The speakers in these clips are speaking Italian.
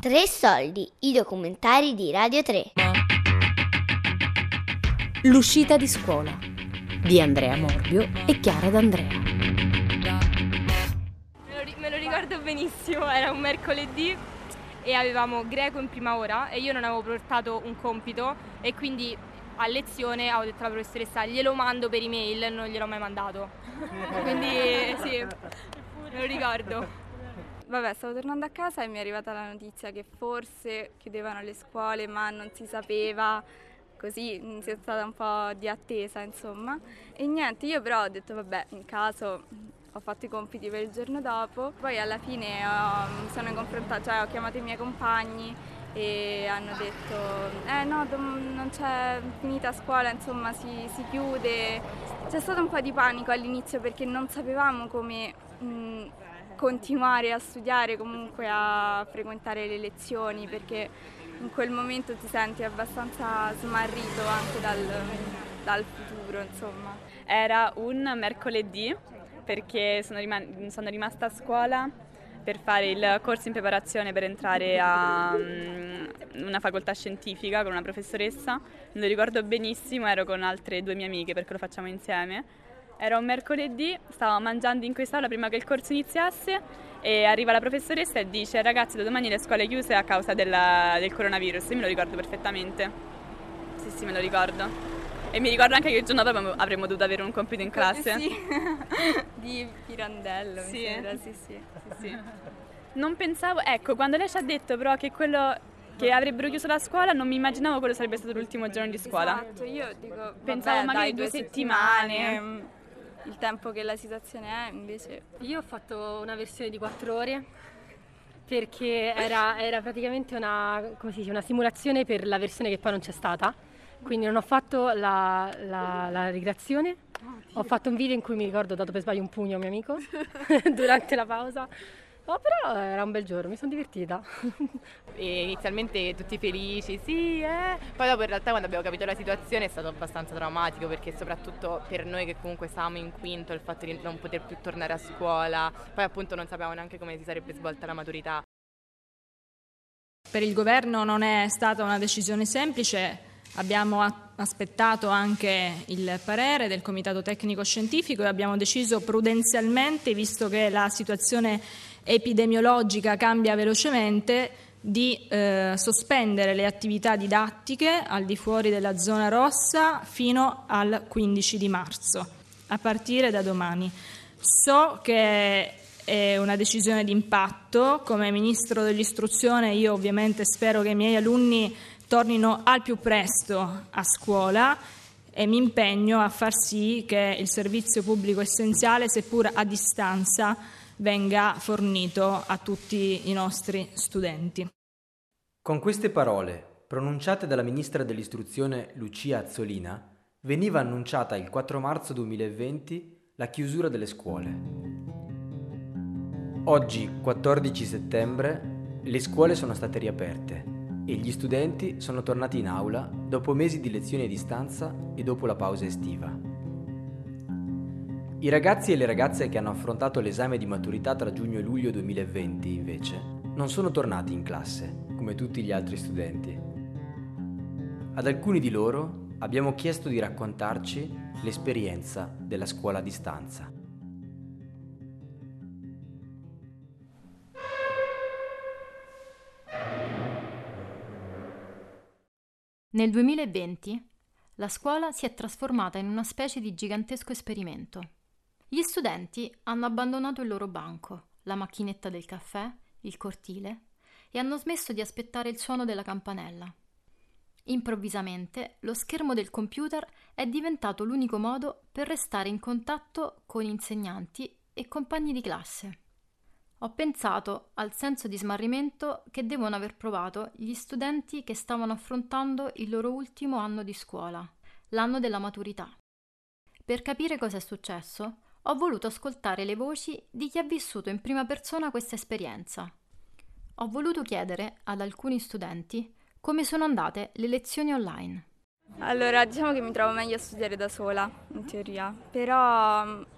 Tre soldi, i documentari di Radio 3. L'uscita di scuola di Andrea Morbio e Chiara D'Andrea. Me lo ricordo benissimo, era un mercoledì e avevamo greco in prima ora e io non avevo portato un compito e quindi a lezione ho detto alla professoressa glielo mando per email, non gliel'ho mai mandato. Quindi sì, me lo ricordo. Vabbè, stavo tornando a casa e mi è arrivata la notizia che forse chiudevano le scuole ma non si sapeva, così si è stata un po' di attesa insomma. E niente, io però ho detto vabbè, in caso ho fatto i compiti per il giorno dopo, poi alla fine mi sono confrontata, cioè ho chiamato i miei compagni e hanno detto no, non c'è finita scuola, insomma si chiude. C'è stato un po' di panico all'inizio perché non sapevamo come continuare a studiare, comunque a frequentare le lezioni, perché in quel momento ti senti abbastanza smarrito anche dal futuro, insomma. Era un mercoledì perché sono rimasta a scuola per fare il corso in preparazione per entrare a una facoltà scientifica con una professoressa. Me lo ricordo benissimo, ero con altre 2 mie amiche perché lo facciamo insieme. Era un mercoledì, stavamo mangiando in quest'aula prima che il corso iniziasse e arriva la professoressa e dice ragazzi da domani le scuole chiuse a causa del coronavirus. Io me lo ricordo perfettamente, sì me lo ricordo. E mi ricordo anche che il giorno dopo avremmo dovuto avere un compito in classe. Sì, di Pirandello, sì. Mi sembra, sì. Non pensavo, ecco, quando lei ci ha detto però che avrebbero chiuso la scuola, non mi immaginavo quello sarebbe stato l'ultimo giorno di scuola. Esatto, io dico, pensavo vabbè, magari dai, 2 settimane. Il tempo che la situazione è, invece. Io ho fatto una versione di 4 ore perché era praticamente una simulazione per la versione che poi non c'è stata, quindi non ho fatto la ricreazione, ho fatto un video in cui mi ricordo ho dato per sbaglio un pugno a un mio amico durante la pausa. Oh, però era un bel giorno, mi sono divertita. E inizialmente tutti felici, sì, Poi dopo in realtà quando abbiamo capito la situazione è stato abbastanza drammatico perché soprattutto per noi che comunque stavamo in quinto il fatto di non poter più tornare a scuola, poi appunto non sapevamo neanche come si sarebbe svolta la maturità. Per il governo non è stata una decisione semplice. Abbiamo aspettato anche il parere del Comitato Tecnico Scientifico e abbiamo deciso prudenzialmente, visto che la situazione epidemiologica cambia velocemente, di sospendere le attività didattiche al di fuori della zona rossa fino al 15 di marzo, a partire da domani. So che è una decisione di impatto. Come Ministro dell'Istruzione io ovviamente spero che i miei alunni tornino al più presto a scuola e mi impegno a far sì che il servizio pubblico essenziale, seppur a distanza, venga fornito a tutti i nostri studenti. Con queste parole, pronunciate dalla Ministra dell'Istruzione Lucia Azzolina, veniva annunciata il 4 marzo 2020 la chiusura delle scuole. Oggi, 14 settembre, le scuole sono state riaperte e gli studenti sono tornati in aula dopo mesi di lezioni a distanza e dopo la pausa estiva. I ragazzi e le ragazze che hanno affrontato l'esame di maturità tra giugno e luglio 2020, invece, non sono tornati in classe, come tutti gli altri studenti. Ad alcuni di loro abbiamo chiesto di raccontarci l'esperienza della scuola a distanza. Nel 2020 la scuola si è trasformata in una specie di gigantesco esperimento. Gli studenti hanno abbandonato il loro banco, la macchinetta del caffè, il cortile e hanno smesso di aspettare il suono della campanella. Improvvisamente lo schermo del computer è diventato l'unico modo per restare in contatto con insegnanti e compagni di classe. Ho pensato al senso di smarrimento che devono aver provato gli studenti che stavano affrontando il loro ultimo anno di scuola, l'anno della maturità. Per capire cosa è successo, ho voluto ascoltare le voci di chi ha vissuto in prima persona questa esperienza. Ho voluto chiedere ad alcuni studenti come sono andate le lezioni online. Allora, diciamo che mi trovo meglio a studiare da sola, in teoria, però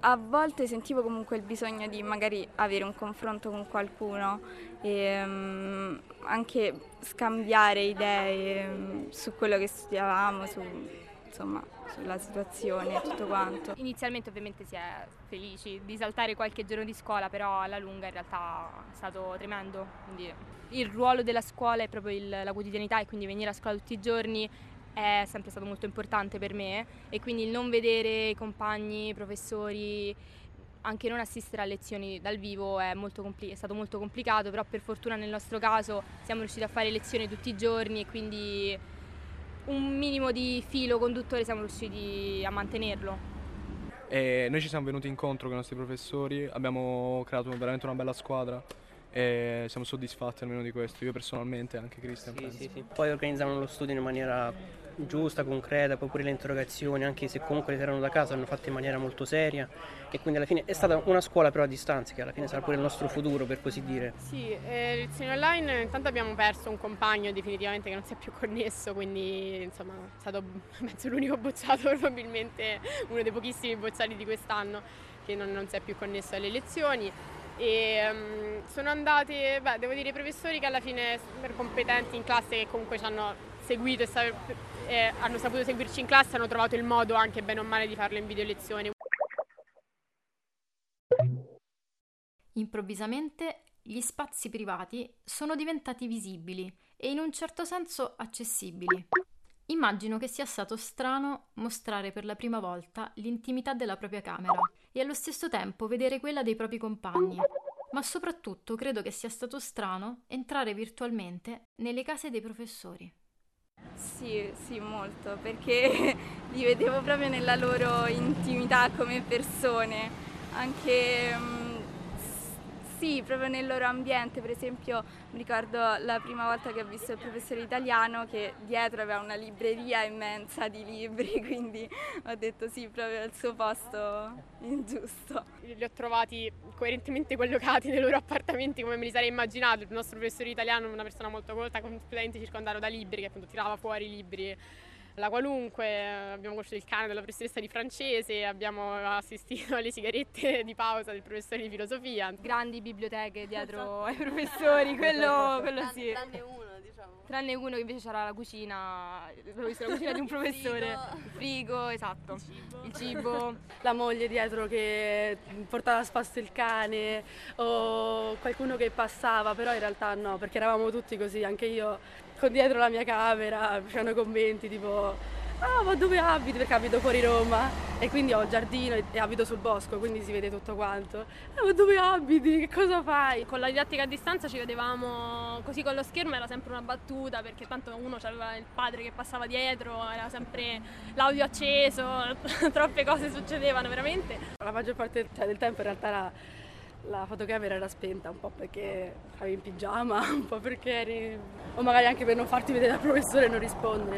a volte sentivo comunque il bisogno di magari avere un confronto con qualcuno e anche scambiare idee su quello che studiavamo, insomma, sulla situazione e tutto quanto. Inizialmente ovviamente si è felici di saltare qualche giorno di scuola, però alla lunga in realtà è stato tremendo. Quindi il ruolo della scuola è proprio la quotidianità, e quindi venire a scuola tutti i giorni è sempre stato molto importante per me, e quindi il non vedere i compagni, i professori, anche non assistere a lezioni dal vivo è stato molto complicato, però per fortuna nel nostro caso siamo riusciti a fare lezioni tutti i giorni e quindi un minimo di filo conduttore siamo riusciti a mantenerlo. E noi ci siamo venuti incontro con i nostri professori, abbiamo creato veramente una bella squadra e siamo soddisfatti almeno di questo, io personalmente e anche Cristian. Sì. Poi organizzavano lo studio in maniera giusta, concreta, poi pure le interrogazioni, anche se comunque erano da casa, hanno fatto in maniera molto seria e quindi alla fine è stata una scuola però a distanza, che alla fine sarà pure il nostro futuro, per così dire. Sì, lezioni online intanto abbiamo perso un compagno definitivamente che non si è più connesso, quindi insomma è stato penso l'unico bocciato, probabilmente uno dei pochissimi bocciati di quest'anno che non si è più connesso alle lezioni. E sono andati, devo dire, i professori che alla fine super competenti in classe, che comunque ci hanno seguito e hanno saputo seguirci in classe, hanno trovato il modo anche bene o male di farlo in video lezioni. Improvvisamente gli spazi privati sono diventati visibili e in un certo senso accessibili. Immagino che sia stato strano mostrare per la prima volta l'intimità della propria camera e allo stesso tempo vedere quella dei propri compagni, ma soprattutto credo che sia stato strano entrare virtualmente nelle case dei professori. Sì, molto, perché li vedevo proprio nella loro intimità come persone, anche sì, proprio nel loro ambiente. Per esempio mi ricordo la prima volta che ho visto il professore italiano, che dietro aveva una libreria immensa di libri, quindi ho detto sì, proprio al suo posto giusto. Li ho trovati coerentemente collocati nei loro appartamenti come me li sarei immaginato. Il nostro professore italiano, una persona molto colta, completamente circondato da libri, che appunto tirava fuori i libri la qualunque. Abbiamo conosciuto il cane della professoressa di francese, abbiamo assistito alle sigarette di pausa del professore di filosofia. Grandi biblioteche dietro ai professori, quello sì. Tranne uno che invece c'era la cucina, avevo visto la cucina di un professore. Il frigo, esatto. Il cibo. La moglie dietro che portava a spasso il cane, o qualcuno che passava, però in realtà no, perché eravamo tutti così, anche io con dietro la mia camera, facevano commenti tipo "Ah, ma dove abiti?" Perché abito fuori Roma e quindi ho il giardino e abito sul bosco, quindi si vede tutto quanto. Ma dove abiti? Che cosa fai?" Con la didattica a distanza ci vedevamo così con lo schermo, era sempre una battuta, perché tanto uno aveva il padre che passava dietro, era sempre l'audio acceso, troppe cose succedevano veramente. La maggior parte del tempo in realtà la fotocamera era spenta, un po' perché eri in pigiama, un po' perché o magari anche per non farti vedere dal professore e non rispondere.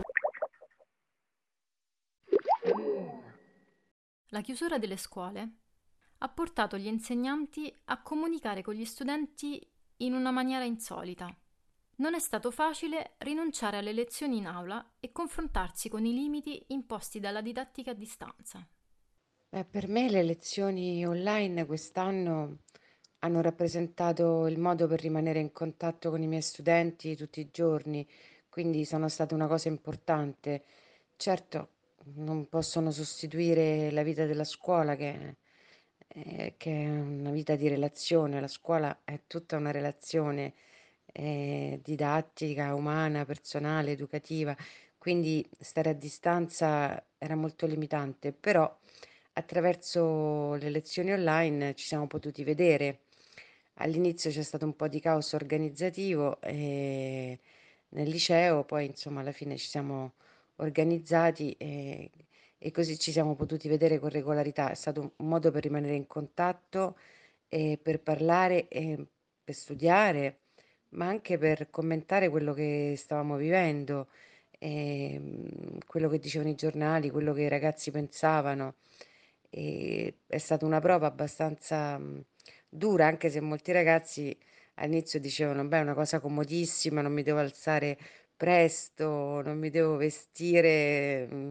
La chiusura delle scuole ha portato gli insegnanti a comunicare con gli studenti in una maniera insolita. Non è stato facile rinunciare alle lezioni in aula e confrontarsi con i limiti imposti dalla didattica a distanza. Per me le lezioni online quest'anno hanno rappresentato il modo per rimanere in contatto con i miei studenti tutti i giorni, quindi sono stata una cosa importante. Certo, non possono sostituire la vita della scuola, che è una vita di relazione. La scuola è tutta una relazione didattica, umana, personale, educativa, quindi stare a distanza era molto limitante, però attraverso le lezioni online ci siamo potuti vedere. All'inizio c'è stato un po' di caos organizzativo nel liceo, poi insomma alla fine ci siamo organizzati e così ci siamo potuti vedere con regolarità. È stato un modo per rimanere in contatto e per parlare e per studiare, ma anche per commentare quello che stavamo vivendo, quello che dicevano i giornali, quello che i ragazzi pensavano. E è stata una prova abbastanza dura, anche se molti ragazzi all'inizio dicevano: beh, è una cosa comodissima, non mi devo alzare presto, non mi devo vestire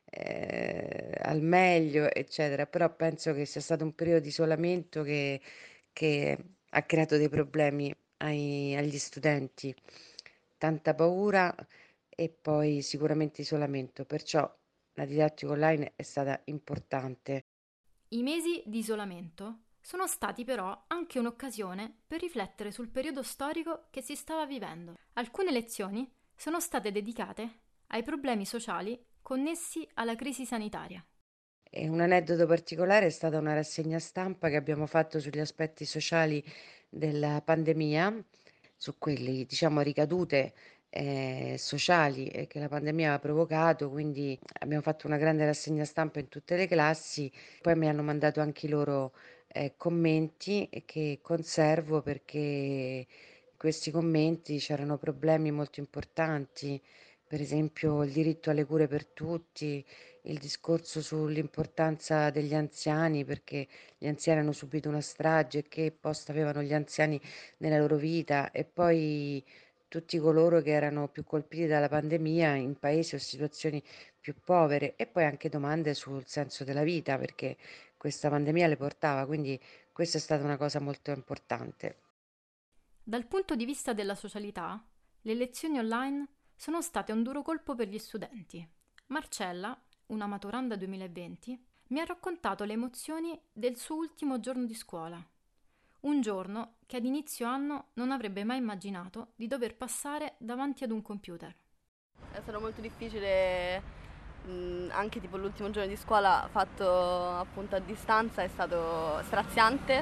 al meglio, eccetera, però penso che sia stato un periodo di isolamento che ha creato dei problemi agli studenti, tanta paura e poi sicuramente isolamento, perciò la didattica online è stata importante. I mesi di isolamento sono stati però anche un'occasione per riflettere sul periodo storico che si stava vivendo. Alcune lezioni sono state dedicate ai problemi sociali connessi alla crisi sanitaria. E un aneddoto particolare è stata una rassegna stampa che abbiamo fatto sugli aspetti sociali della pandemia, su quelle, diciamo, ricadute sociali che la pandemia ha provocato, quindi abbiamo fatto una grande rassegna stampa in tutte le classi, poi mi hanno mandato anche i loro commenti che conservo perché in questi commenti c'erano problemi molto importanti, per esempio il diritto alle cure per tutti, il discorso sull'importanza degli anziani perché gli anziani hanno subito una strage, che posto avevano gli anziani nella loro vita e poi tutti coloro che erano più colpiti dalla pandemia in paesi o situazioni più povere e poi anche domande sul senso della vita perché questa pandemia le portava, quindi questa è stata una cosa molto importante. Dal punto di vista della socialità, le lezioni online sono state un duro colpo per gli studenti. Marcella, una maturanda 2020, mi ha raccontato le emozioni del suo ultimo giorno di scuola. Un giorno che ad inizio anno non avrebbe mai immaginato di dover passare davanti ad un computer. È stato molto difficile, anche tipo l'ultimo giorno di scuola fatto appunto a distanza è stato straziante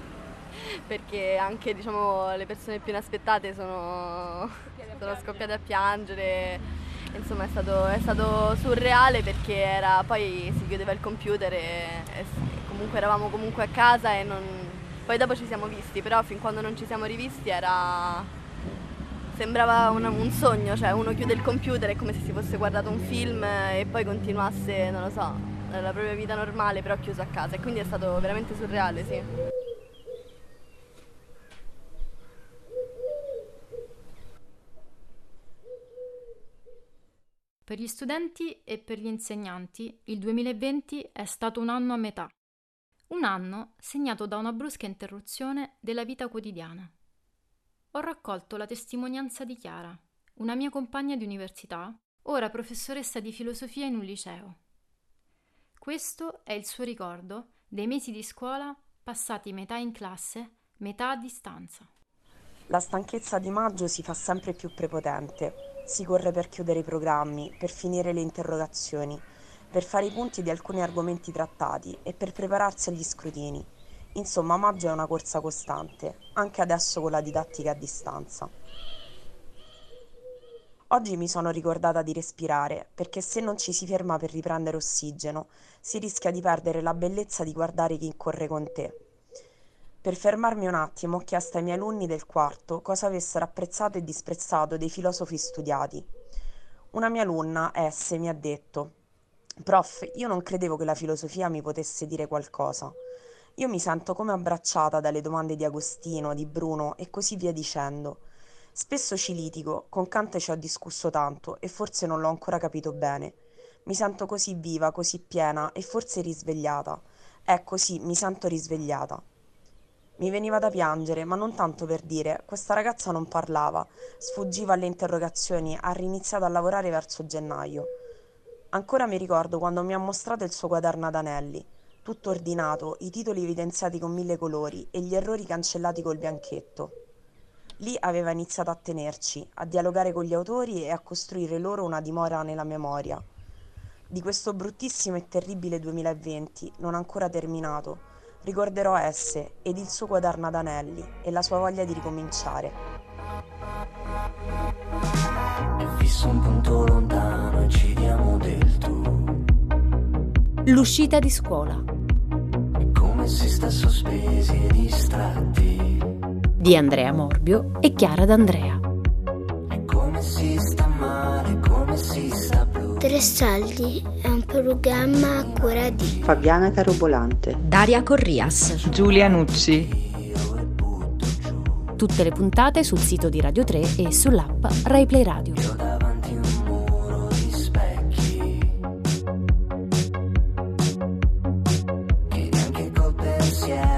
perché anche diciamo le persone più inaspettate sono scoppiate a piangere, insomma è stato surreale perché poi si chiudeva il computer e comunque eravamo comunque a casa e poi dopo ci siamo visti, però fin quando non ci siamo rivisti sembrava un sogno, cioè uno chiude il computer, è come se si fosse guardato un film e poi continuasse, non lo so, la propria vita normale però chiuso a casa e quindi è stato veramente surreale, sì. Per gli studenti e per gli insegnanti il 2020 è stato un anno a metà. Un anno segnato da una brusca interruzione della vita quotidiana. Ho raccolto la testimonianza di Chiara, una mia compagna di università, ora professoressa di filosofia in un liceo. Questo è il suo ricordo dei mesi di scuola passati metà in classe, metà a distanza. La stanchezza di maggio si fa sempre più prepotente. Si corre per chiudere i programmi, per finire le interrogazioni, per fare i punti di alcuni argomenti trattati e per prepararsi agli scrutini. Insomma, maggio è una corsa costante, anche adesso con la didattica a distanza. Oggi mi sono ricordata di respirare, perché se non ci si ferma per riprendere ossigeno, si rischia di perdere la bellezza di guardare chi corre con te. Per fermarmi un attimo ho chiesto ai miei alunni del quarto cosa avessero apprezzato e disprezzato dei filosofi studiati. Una mia alunna, S, mi ha detto: «Prof, io non credevo che la filosofia mi potesse dire qualcosa. Io mi sento come abbracciata dalle domande di Agostino, di Bruno e così via dicendo. Spesso ci litigo, con Kant ci ho discusso tanto e forse non l'ho ancora capito bene. Mi sento così viva, così piena e forse risvegliata. Ecco sì, mi sento risvegliata». Mi veniva da piangere, ma non tanto per dire «questa ragazza non parlava, sfuggiva alle interrogazioni, ha riniziato a lavorare verso gennaio». Ancora mi ricordo quando mi ha mostrato il suo quaderno ad anelli, tutto ordinato, i titoli evidenziati con 1000 colori e gli errori cancellati col bianchetto. Lì aveva iniziato a tenerci, a dialogare con gli autori e a costruire loro una dimora nella memoria. Di questo bruttissimo e terribile 2020, non ancora terminato, ricorderò S ed il suo quaderno ad anelli e la sua voglia di ricominciare. È fisso un punto lontano e ci diamo del tu. L'uscita di scuola. È come si sta sospesi e distratti. Di Andrea Morbio e Chiara D'Andrea. È come si sta male, come si sta blu. Tre Saldi è un programma a cura di Fabiana Carobolante, Daria Corrias, Giulia Nucci. Tutte le puntate sul sito di Radio 3 e sull'app Rai Play Radio. Io davanti a un muro di specchi. insieme.